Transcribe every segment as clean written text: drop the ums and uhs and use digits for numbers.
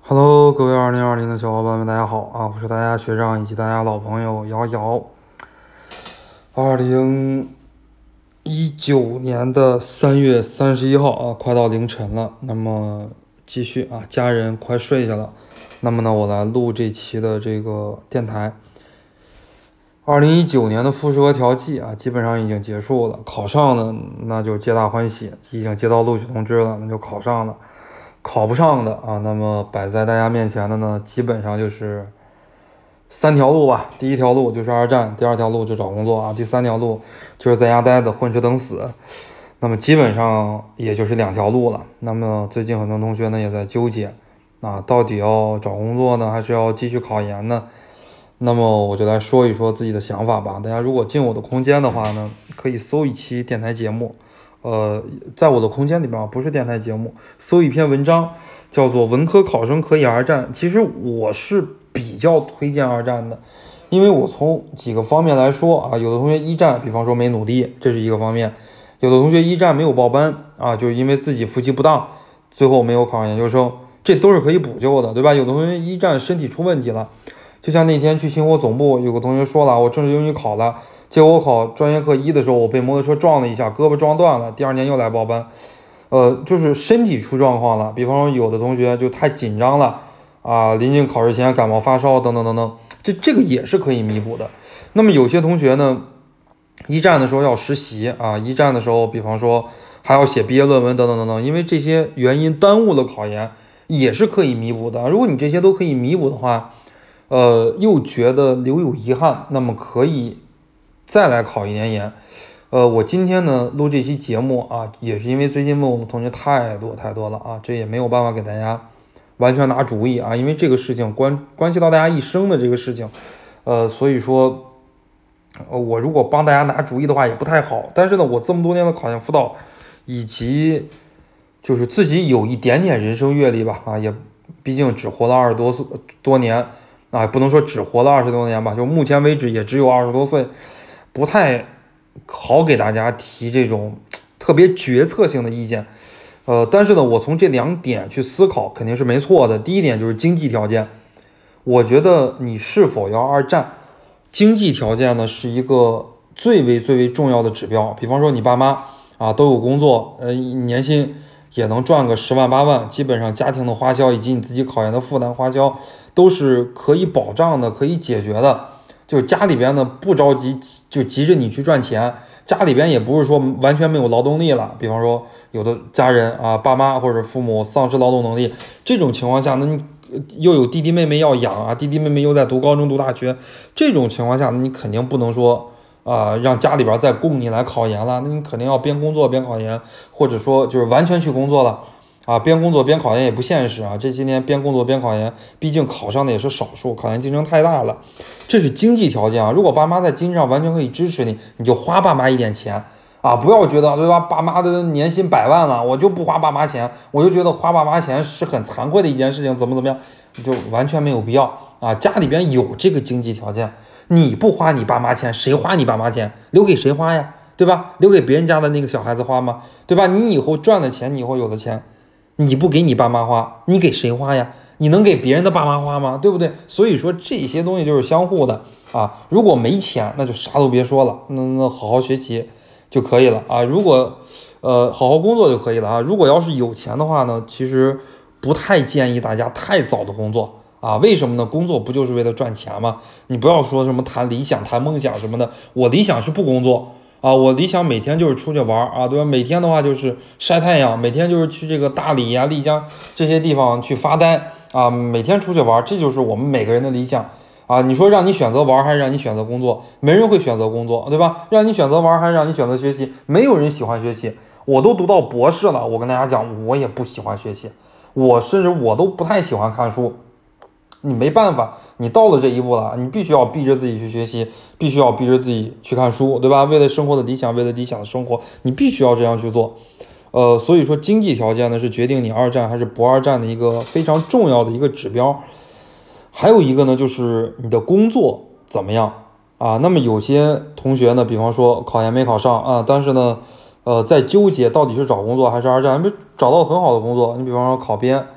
Hello，各位2020的小伙伴们，大家好啊！我是大家学长以及大家老朋友瑶瑶。2019年的3月31号啊，快到凌晨了。那么继续啊，家人快睡下了。那么呢，我来录这期的这个电台。2019年的复试和调剂啊，基本上已经结束了。考上了，那就皆大欢喜，已经接到录取通知了，那就考上了。考不上的啊，那么摆在大家面前的呢，基本上就是三条路吧。第一条路就是二战，第二条路就找工作啊，第三条路就是在家待着混吃等死。那么基本上也就是两条路了。那么最近很多同学呢也在纠结啊，到底要找工作呢，还是要继续考研呢？那么我就来说一说自己的想法吧。大家如果进我的空间的话呢，可以搜一期电台节目。在我的空间里边啊，不是电台节目，搜一篇文章，叫做《文科考生可以二战》。其实我是比较推荐二战的，因为我从几个方面来说啊，有的同学一战，比方说没努力，这是一个方面；有的同学一战没有报班啊，就是因为自己复习不当，最后没有考上研究生，这都是可以补救的，对吧？有的同学一战身体出问题了，就像那天去星火总部，有个同学说了，我政治英语考了。结果我考专业课一的时候，我被摩托车撞了一下，胳膊撞断了。第二年又来报班，就是身体出状况了。比方说，有的同学就太紧张了啊，临近考试前感冒发烧等等等等，这个也是可以弥补的。那么有些同学呢，一战的时候要实习啊，一战的时候，比方说还要写毕业论文等等等等，因为这些原因耽误了考研，也是可以弥补的。如果你这些都可以弥补的话，又觉得留有遗憾，那么可以再来考一年研。我今天呢录这期节目啊，也是因为最近问我的同学太多了啊，这也没有办法给大家完全拿主意啊，因为这个事情关系到大家一生的这个事情，所以说，我如果帮大家拿主意的话也不太好。但是呢，我这么多年的考研辅导，以及就是自己有一点点人生阅历吧啊，也毕竟只活了20多年啊，不能说只活了20多年吧，就目前为止也只有20多岁。不太好给大家提这种特别决策性的意见，但是呢，我从这两点去思考肯定是没错的。第一点就是经济条件，我觉得你是否要二战，经济条件呢是一个最为重要的指标。比方说你爸妈啊都有工作，年薪也能赚个10万8万，基本上家庭的花销以及你自己考研的负担花销都是可以保障的，可以解决的。就是家里边呢不着急，就急着你去赚钱，家里边也不是说完全没有劳动力了。比方说有的家人啊，爸妈或者父母丧失劳动能力，这种情况下，那你又有弟弟妹妹要养啊，弟弟妹妹又在读高中读大学，这种情况下，那你肯定不能说让家里边再供你来考研了，那你肯定要边工作边考研，或者说就是完全去工作了。啊，边工作边考研也不现实啊！这些年边工作边考研，毕竟考上的也是少数，考研竞争太大了。这是经济条件啊！如果爸妈在经济上完全可以支持你，你就花爸妈一点钱啊！不要觉得对吧？爸妈的年薪100万了，我就不花爸妈钱，我就觉得花爸妈钱是很惭愧的一件事情，怎么样，就完全没有必要啊！家里边有这个经济条件，你不花你爸妈钱，谁花你爸妈钱？留给谁花呀？对吧？留给别人家的那个小孩子花吗？对吧？你以后赚的钱，你以后有的钱。你不给你爸妈花，你给谁花呀？你能给别人的爸妈花吗？对不对？所以说这些东西就是相互的啊。如果没钱，那就啥都别说了，那好好学习就可以了啊。如果好好工作就可以了啊。如果要是有钱的话呢，其实不太建议大家太早的工作啊。为什么呢？工作不就是为了赚钱吗？你不要说什么谈理想、谈梦想什么的。我理想是不工作。啊，我理想每天就是出去玩啊，对吧？每天的话就是晒太阳，每天就是去这个大理呀、丽江这些地方去发呆啊，每天出去玩，这就是我们每个人的理想啊。你说让你选择玩还是让你选择工作？没人会选择工作，对吧？让你选择玩还是让你选择学习？没有人喜欢学习。我都读到博士了，我跟大家讲，我也不喜欢学习，甚至我都不太喜欢看书。你没办法，你到了这一步了，你必须要逼着自己去学习，必须要逼着自己去看书，对吧？为了生活的理想，为了理想的生活，你必须要这样去做。所以说经济条件呢是决定你二战还是不二战的一个非常重要的一个指标。还有一个呢就是你的工作怎么样啊？那么有些同学呢，比方说考研没考上啊，但是呢，在纠结到底是找工作还是二战，没找到很好的工作。你比方说考编。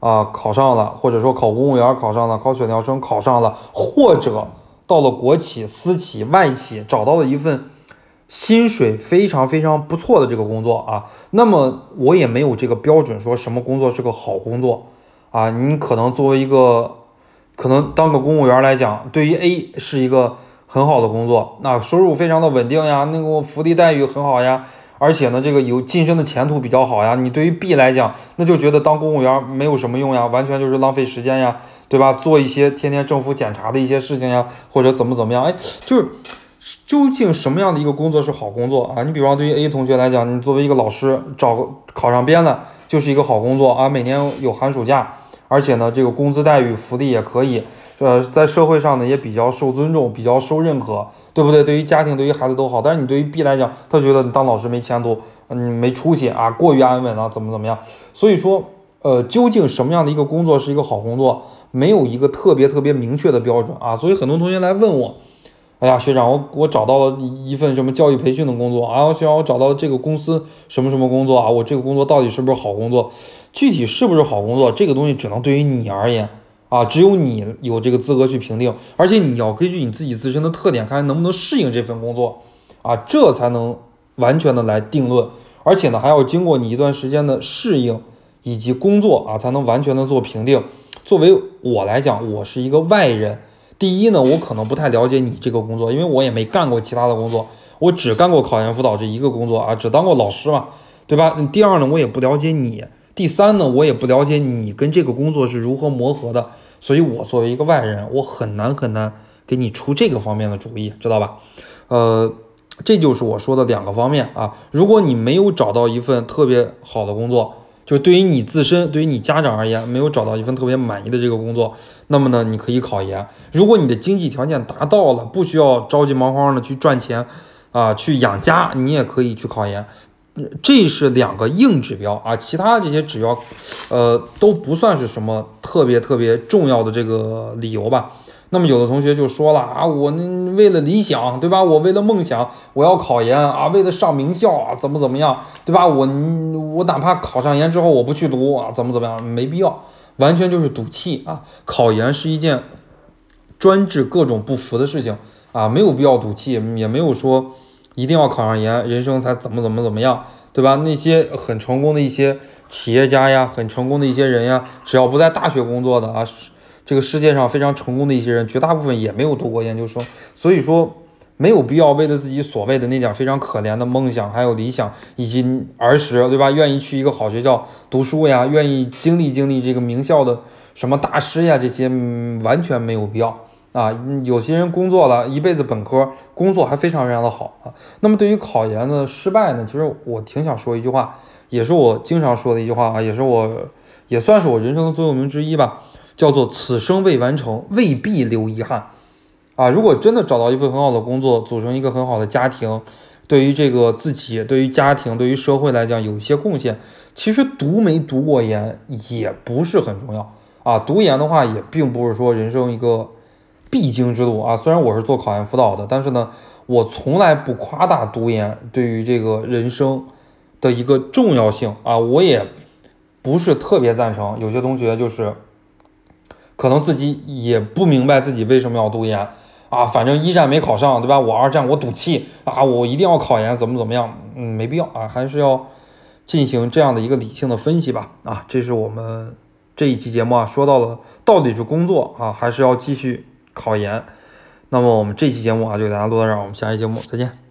考上了，或者说考公务员考上了，考选调生考上了，或者到了国企、私企、外企找到了一份薪水非常非常不错的这个工作啊，那么我也没有这个标准说什么工作是个好工作啊。你可能作为一个，可能当个公务员来讲，对于 A 是一个很好的工作，那收入非常的稳定呀，那个福利待遇很好呀，而且呢这个有晋升的前途比较好呀。你对于 B 来讲，那就觉得当公务员没有什么用呀，完全就是浪费时间呀，对吧？做一些天天政府检查的一些事情呀，或者怎么样，哎，就是究竟什么样的一个工作是好工作啊？你比方对于 A 同学来讲，你作为一个老师，考上编了就是一个好工作啊，每年有寒暑假，而且呢这个工资待遇福利也可以，在社会上呢也比较受尊重，比较受认可，对不对？对于家庭对于孩子都好。但是你对于 B 来讲，他觉得你当老师没前途，没出息啊，过于安稳了，怎么样？所以说究竟什么样的一个工作是一个好工作，没有一个特别明确的标准啊。所以很多同学来问我，哎呀，学长，我找到了一份什么教育培训的工作啊，学长，我找到这个公司什么工作啊，我这个工作到底是不是好工作？具体是不是好工作，这个东西只能对于你而言啊，只有你有这个资格去评定，而且你要根据你自己自身的特点，看能不能适应这份工作啊，这才能完全的来定论，而且呢，还要经过你一段时间的适应以及工作啊，才能完全的做评定。作为我来讲，我是一个外人。第一呢，我可能不太了解你这个工作，因为我也没干过其他的工作，我只干过考研辅导这一个工作啊，只当过老师嘛，对吧？第二呢，我也不了解你。第三呢，我也不了解你跟这个工作是如何磨合的，所以我作为一个外人，我很难给你出这个方面的主意，知道吧？这就是我说的两个方面啊。如果你没有找到一份特别好的工作，就对于你自身，对于你家长而言，没有找到一份特别满意的这个工作，那么呢，你可以考研。如果你的经济条件达到了，不需要着急忙慌的去赚钱啊，去养家，你也可以去考研。这是两个硬指标啊，其他这些指标，都不算是什么特别重要的这个理由吧。那么有的同学就说了啊，我为了理想，对吧？我为了梦想，我要考研啊，为了上名校啊，怎么样，对吧？我哪怕考上研之后我不去读啊，怎么样，没必要，完全就是赌气啊。考研是一件专治各种不服的事情啊，没有必要赌气，也没有说一定要考上研，人生才怎么样，对吧？那些很成功的一些企业家呀，很成功的一些人呀，只要不在大学工作的啊，这个世界上非常成功的一些人，绝大部分也没有读过研究生，所以说没有必要为了自己所谓的那点非常可怜的梦想，还有理想以及儿时，对吧？愿意去一个好学校读书呀，愿意经历这个名校的什么大师呀，这些完全没有必要啊。有些人工作了一辈子本科，工作还非常的好啊。那么对于考研的失败呢，其实我挺想说一句话，也是我经常说的一句话啊，也算是我人生的座右铭之一吧。叫做此生未完成，未必留遗憾啊！如果真的找到一份很好的工作，组成一个很好的家庭，对于这个自己、对于家庭、对于社会来讲有一些贡献，其实读没读过研也不是很重要啊。读研的话，也并不是说人生一个必经之路啊。虽然我是做考研辅导的，但是呢，我从来不夸大读研对于这个人生的一个重要性啊。我也不是特别赞成，有些同学就是可能自己也不明白自己为什么要读研啊，反正一战没考上，对吧？我二战我赌气啊，我一定要考研，怎么样？没必要啊，还是要进行这样的一个理性的分析吧。啊，这是我们这一期节目啊，说到了到底是工作啊，还是要继续考研。那么我们这期节目啊，就给大家录到这儿，我们下期节目再见。